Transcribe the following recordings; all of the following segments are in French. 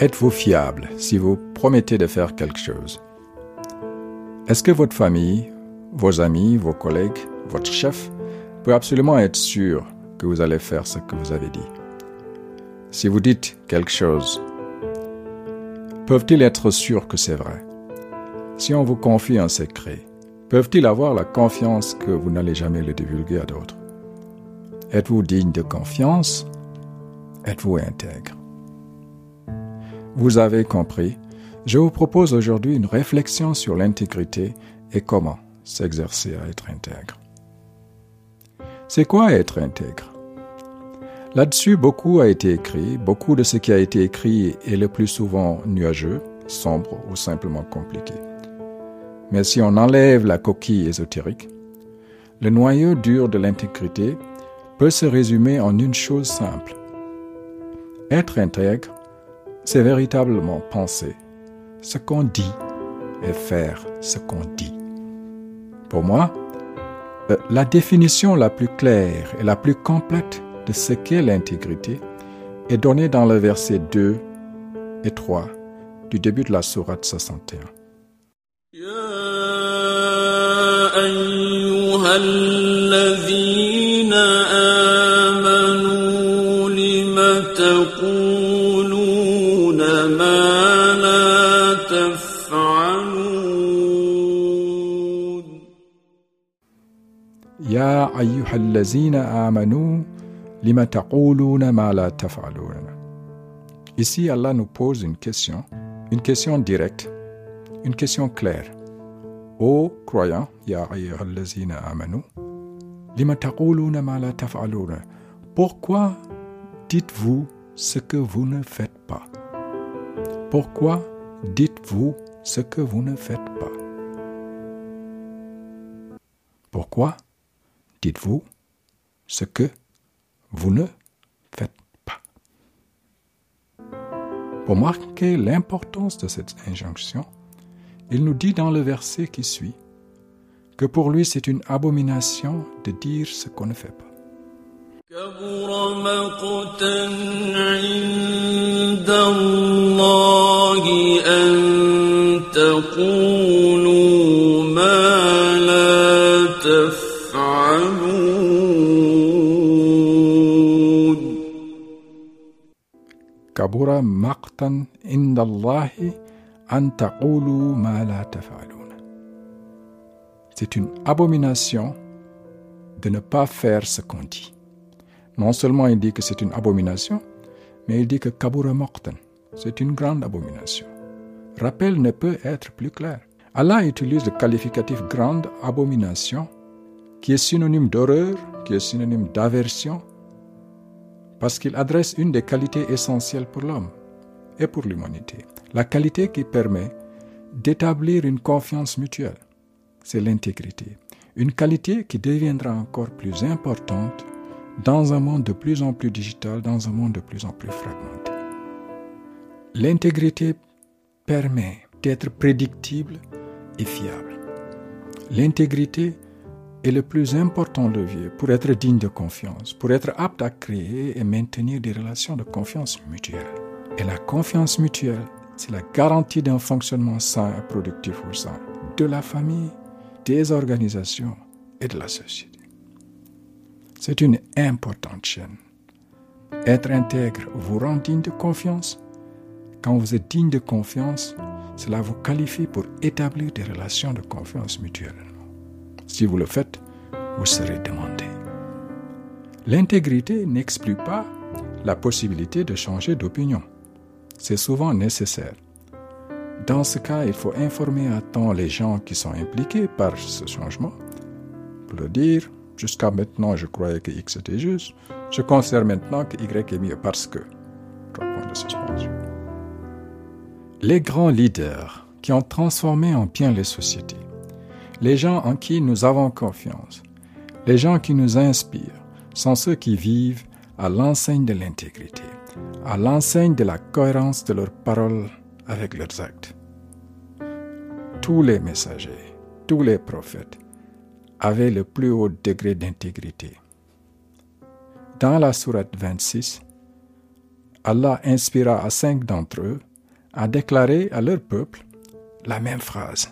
Êtes-vous fiable si vous promettez de faire quelque chose? Est-ce que votre famille, vos amis, vos collègues, votre chef peut absolument être sûr que vous allez faire ce que vous avez dit? Si vous dites quelque chose, peuvent-ils être sûrs que c'est vrai? Si on vous confie un secret, peuvent-ils avoir la confiance que vous n'allez jamais le divulguer à d'autres? Êtes-vous digne de confiance? Êtes-vous intègre? Vous avez compris, je vous propose aujourd'hui une réflexion sur l'intégrité et comment s'exercer à être intègre. C'est quoi être intègre? Là-dessus, beaucoup a été écrit. Beaucoup de ce qui a été écrit est le plus souvent nuageux, sombre ou simplement compliqué. Mais si on enlève la coquille ésotérique, le noyau dur de l'intégrité peut se résumer en une chose simple. Être intègre, c'est véritablement penser ce qu'on dit et faire ce qu'on dit. Pour moi, la définition la plus claire et la plus complète de ce qu'est l'intégrité est donnée dans le verset 2 et 3 du début de la sourate 61. Ya ayyuhalladhina amanu lima taquluna ma la taf'alun. Ya ayyuhallazina amanu lima taquluna ma la taf'alun. Ici, Allah nous pose une question directe, une question claire. Ô croyants, ya ayyuhallazina amanu, lima taquluna ma la taf'alun. Pourquoi dites-vous ce que vous ne faites pas? Pourquoi dites-vous ce que vous ne faites pas? Pourquoi dites-vous ce que vous ne faites pas? Pour marquer l'importance de cette injonction, il nous dit dans le verset qui suit que pour lui c'est une abomination de dire ce qu'on ne fait pas. كبر مقتا عند الله أن تقولوا ما لا تفعلون. كبر مقتا عند الله أن تقولوا ما لا تفعلون. C'est une abomination de ne pas faire ce qu'on dit. Non seulement il dit que c'est une abomination, mais il dit que kabura maqtan, c'est une grande abomination. Rappel ne peut être plus clair. Allah utilise le qualificatif grande abomination, qui est synonyme d'horreur, qui est synonyme d'aversion, parce qu'il adresse une des qualités essentielles pour l'homme et pour l'humanité. La qualité qui permet d'établir une confiance mutuelle, c'est l'intégrité. Une qualité qui deviendra encore plus importante dans un monde de plus en plus digital, dans un monde de plus en plus fragmenté. L'intégrité permet d'être prédictible et fiable. L'intégrité est le plus important levier pour être digne de confiance, pour être apte à créer et maintenir des relations de confiance mutuelle. Et la confiance mutuelle, c'est la garantie d'un fonctionnement sain et productif au sein de la famille, des organisations et de la société. C'est une importante chaîne. Être intègre vous rend digne de confiance. Quand vous êtes digne de confiance, cela vous qualifie pour établir des relations de confiance mutuelle. Si vous le faites, vous serez demandé. L'intégrité n'exclut pas la possibilité de changer d'opinion. C'est souvent nécessaire. Dans ce cas, il faut informer à temps les gens qui sont impliqués par ce changement pour leur dire: jusqu'à maintenant, je croyais que X était juste. Je considère maintenant que Y est mieux parce que... 3 points de suspension. Les grands leaders qui ont transformé en bien les sociétés, les gens en qui nous avons confiance, les gens qui nous inspirent, sont ceux qui vivent à l'enseigne de l'intégrité, à l'enseigne de la cohérence de leurs paroles avec leurs actes. Tous les messagers, tous les prophètes avaient le plus haut degré d'intégrité. Dans la sourate 26, Allah inspira à 5 d'entre eux a déclaré à leur peuple la même phrase.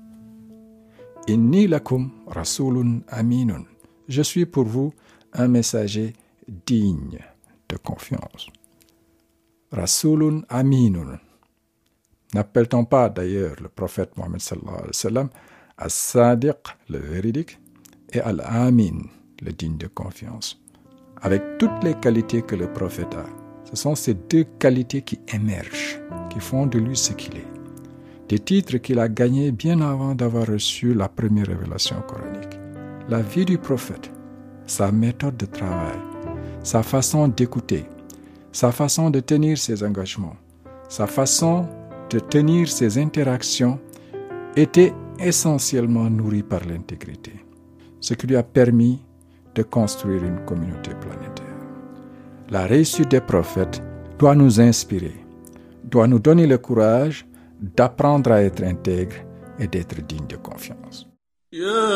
Inni lakum rasulun aminun. Je suis pour vous un messager digne de confiance. Rasulun aminun. N'appelle-t-on pas d'ailleurs le prophète Mohammed sallallahu alayhi wa sallam as-Sadiq, le véridique, et al-Amin, le digne de confiance, avec toutes les qualités que le prophète a. Ce sont ces deux qualités qui émergent, qui font de lui ce qu'il est. Des titres qu'il a gagnés bien avant d'avoir reçu la première révélation coranique. La vie du prophète, sa méthode de travail, sa façon d'écouter, sa façon de tenir ses engagements, sa façon de tenir ses interactions était essentiellement nourrie par l'intégrité, ce qui lui a permis de construire une communauté planétaire. La réussite des prophètes doit nous inspirer, doit nous donner le courage d'apprendre à être intègre et d'être digne de confiance. يا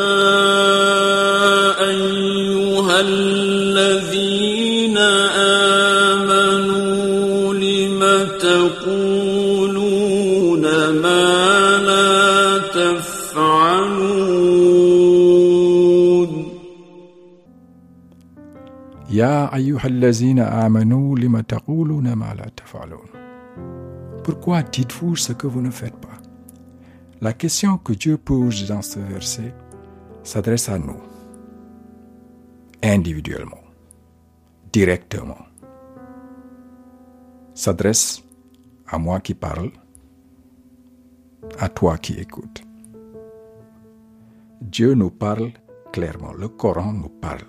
أيها الذين آمنوا لم تقولون ما لا تفعلون يا أيها الذين آمنوا لم تقولون ما لا تفعلون. Pourquoi dites-vous ce que vous ne faites pas? La question que Dieu pose dans ce verset s'adresse à nous, individuellement, directement. S'adresse à moi qui parle, à toi qui écoutes. Dieu nous parle clairement, le Coran nous parle.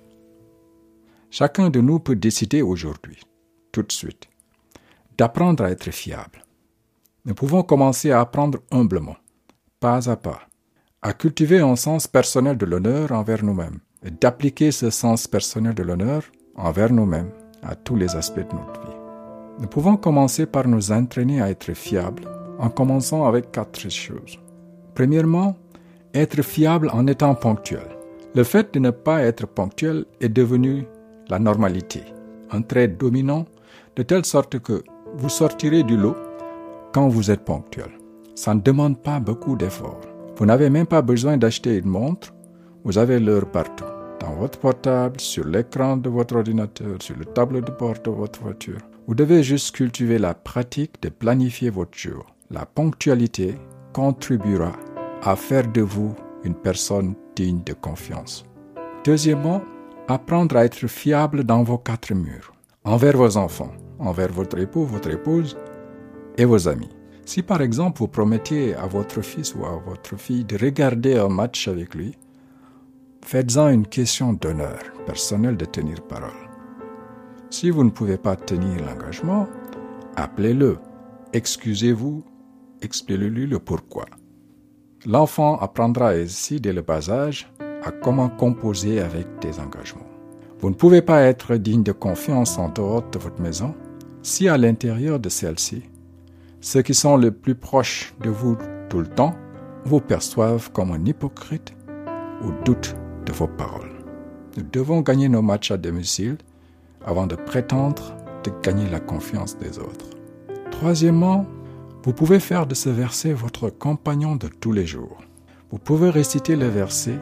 Chacun de nous peut décider aujourd'hui, tout de suite, d'apprendre à être fiable. Nous pouvons commencer à apprendre humblement, pas à pas, à cultiver un sens personnel de l'honneur envers nous-mêmes et d'appliquer ce sens personnel de l'honneur envers nous-mêmes à tous les aspects de notre vie. Nous pouvons commencer par nous entraîner à être fiables en commençant avec 4 choses. Premièrement, être fiable en étant ponctuel. Le fait de ne pas être ponctuel est devenu la normalité, un trait dominant de telle sorte que vous sortirez du lot quand vous êtes ponctuel. Ça ne demande pas beaucoup d'efforts. Vous n'avez même pas besoin d'acheter une montre. Vous avez l'heure partout. Dans votre portable, sur l'écran de votre ordinateur, sur le tableau de bord de votre voiture. Vous devez juste cultiver la pratique de planifier votre jour. La ponctualité contribuera à faire de vous une personne digne de confiance. Deuxièmement, apprendre à être fiable dans vos 4 murs. Envers vos enfants, envers votre époux, votre épouse et vos amis. Si par exemple vous promettiez à votre fils ou à votre fille de regarder un match avec lui, faites-en une question d'honneur personnel de tenir parole. Si vous ne pouvez pas tenir l'engagement, appelez-le, excusez-vous, expliquez-lui le pourquoi. L'enfant apprendra ainsi dès le bas âge à comment composer avec des engagements. Vous ne pouvez pas être digne de confiance en dehors de votre maison si à l'intérieur de celle-ci, ceux qui sont les plus proches de vous tout le temps vous perçoivent comme un hypocrite ou doutent de vos paroles. Nous devons gagner nos matchs à domicile avant de prétendre de gagner la confiance des autres. Troisièmement, vous pouvez faire de ce verset votre compagnon de tous les jours. Vous pouvez réciter le verset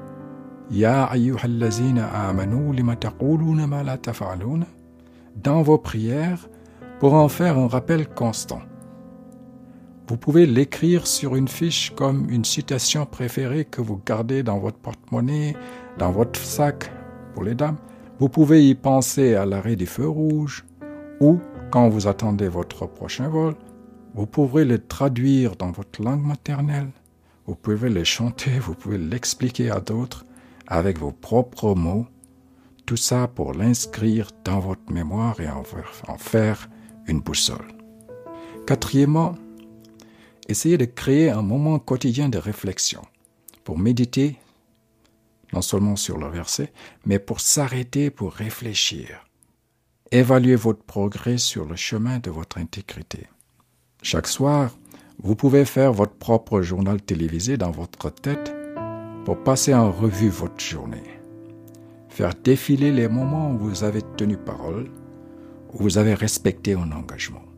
Ya ayyuhallazina amanu lima taquluna ma la taf'alun dans vos prières pour en faire un rappel constant. Vous pouvez l'écrire sur une fiche comme une citation préférée que vous gardez dans votre porte-monnaie, dans votre sac pour les dames. Vous pouvez y penser à l'arrêt du feu rouge ou quand vous attendez votre prochain vol. Vous pourrez le traduire dans votre langue maternelle. Vous pouvez le chanter, vous pouvez l'expliquer à d'autres avec vos propres mots. Tout ça pour l'inscrire dans votre mémoire et en faire une boussole. Quatrièmement, essayez de créer un moment quotidien de réflexion pour méditer, non seulement sur le verset, mais pour s'arrêter, pour réfléchir. Évaluez votre progrès sur le chemin de votre intégrité. Chaque soir, vous pouvez faire votre propre journal télévisé dans votre tête pour passer en revue votre journée. Faire défiler les moments où vous avez tenu parole, où vous avez respecté un engagement.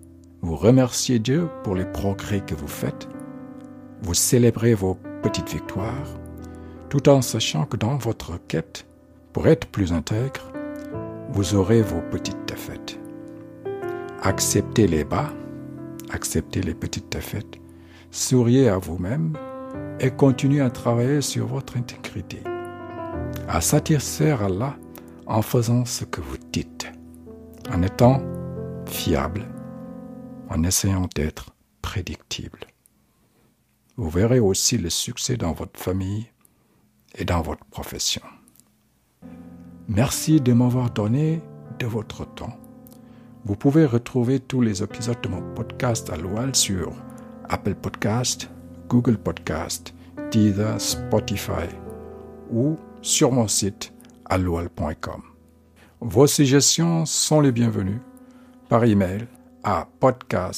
Vous remerciez Dieu pour les progrès que vous faites. Vous célébrez vos petites victoires, tout en sachant que dans votre quête, pour être plus intègre, vous aurez vos petites défaites. Acceptez les bas, acceptez les petites défaites, souriez à vous-même et continuez à travailler sur votre intégrité, à satisfaire Allah en faisant ce que vous dites, en étant fiable, en essayant d'être prédictible. Vous verrez aussi le succès dans votre famille et dans votre profession. Merci de m'avoir donné de votre temps. Vous pouvez retrouver tous les épisodes de mon podcast Al-Oual sur Apple Podcast, Google Podcast, Deezer, Spotify ou sur mon site aloual.com. Vos suggestions sont les bienvenues par email à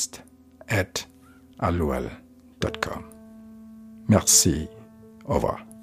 podcast@aloual.com. Merci. Au revoir.